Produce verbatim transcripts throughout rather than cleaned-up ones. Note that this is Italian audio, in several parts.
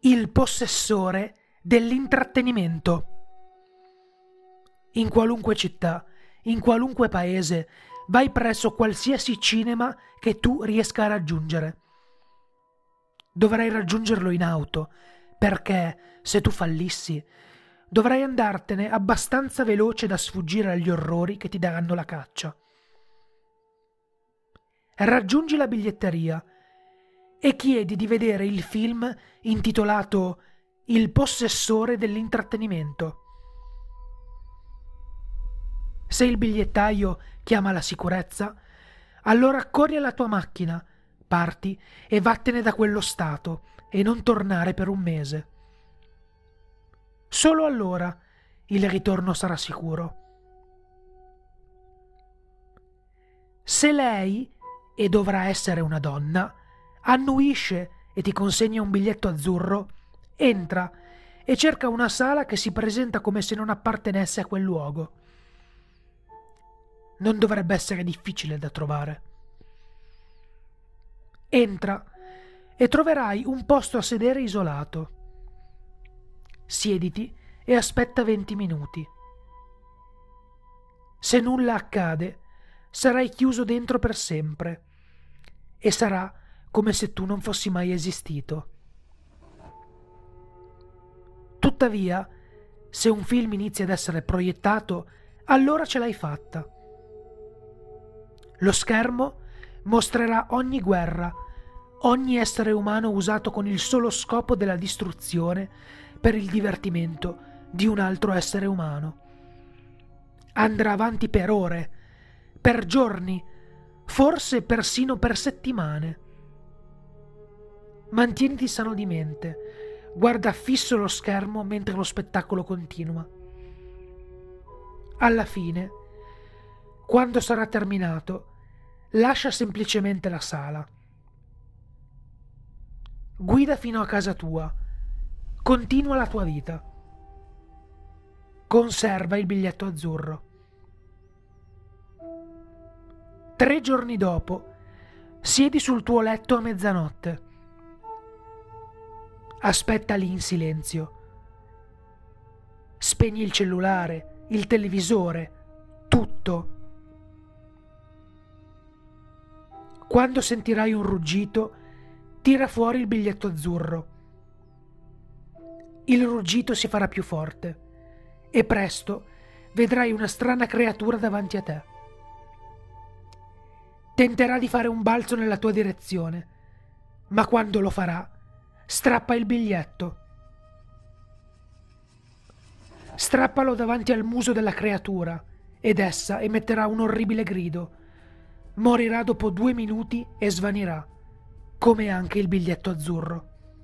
il possessore dell'intrattenimento. In qualunque città, in qualunque paese, vai presso qualsiasi cinema che tu riesca a raggiungere. Dovrai raggiungerlo in auto, perché se tu fallissi, dovrai andartene abbastanza veloce da sfuggire agli orrori che ti daranno la caccia. Raggiungi la biglietteria e chiedi di vedere il film intitolato Il possessore dell'intrattenimento. Se il bigliettaio chiama la sicurezza, allora corri alla tua macchina, parti e vattene da quello stato e non tornare per un mese. Solo allora il ritorno sarà sicuro. Se lei, e dovrà essere una donna, annuisce e ti consegna un biglietto azzurro, entra e cerca una sala che si presenta come se non appartenesse a quel luogo. Non dovrebbe essere difficile da trovare. Entra e troverai un posto a sedere isolato. Siediti e aspetta venti minuti. Se nulla accade, sarai chiuso dentro per sempre e sarà come se tu non fossi mai esistito. Tuttavia, se un film inizia ad essere proiettato, allora ce l'hai fatta. Lo schermo mostrerà ogni guerra, ogni essere umano usato con il solo scopo della distruzione per il divertimento di un altro essere umano. Andrà avanti per ore, per giorni, forse persino per settimane. Mantieniti sano di mente, guarda fisso lo schermo mentre lo spettacolo continua. Alla fine, quando sarà terminato, lascia semplicemente la sala. Guida fino a casa tua. Continua la tua vita. Conserva il biglietto azzurro. Tre giorni dopo, siedi sul tuo letto a mezzanotte. Aspetta lì in silenzio. Spegni il cellulare, il televisore, tutto. Quando sentirai un ruggito, tira fuori il biglietto azzurro. Il ruggito si farà più forte e presto vedrai una strana creatura davanti a te. Tenterà di fare un balzo nella tua direzione, ma quando lo farà, strappa il biglietto. Strappalo davanti al muso della creatura ed essa emetterà un orribile grido. Morirà dopo due minuti e svanirà, come anche il biglietto azzurro.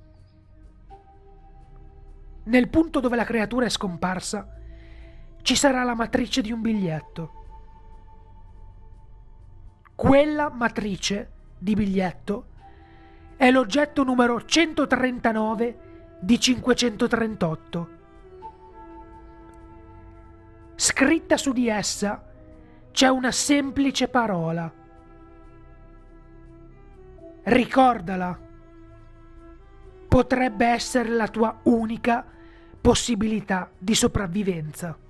Nel punto dove la creatura è scomparsa, ci sarà la matrice di un biglietto. Quella matrice di biglietto è l'oggetto numero centotrentanove di cinquecentotrentotto. Scritta su di essa c'è una semplice parola. Ricordala. Potrebbe essere la tua unica possibilità di sopravvivenza.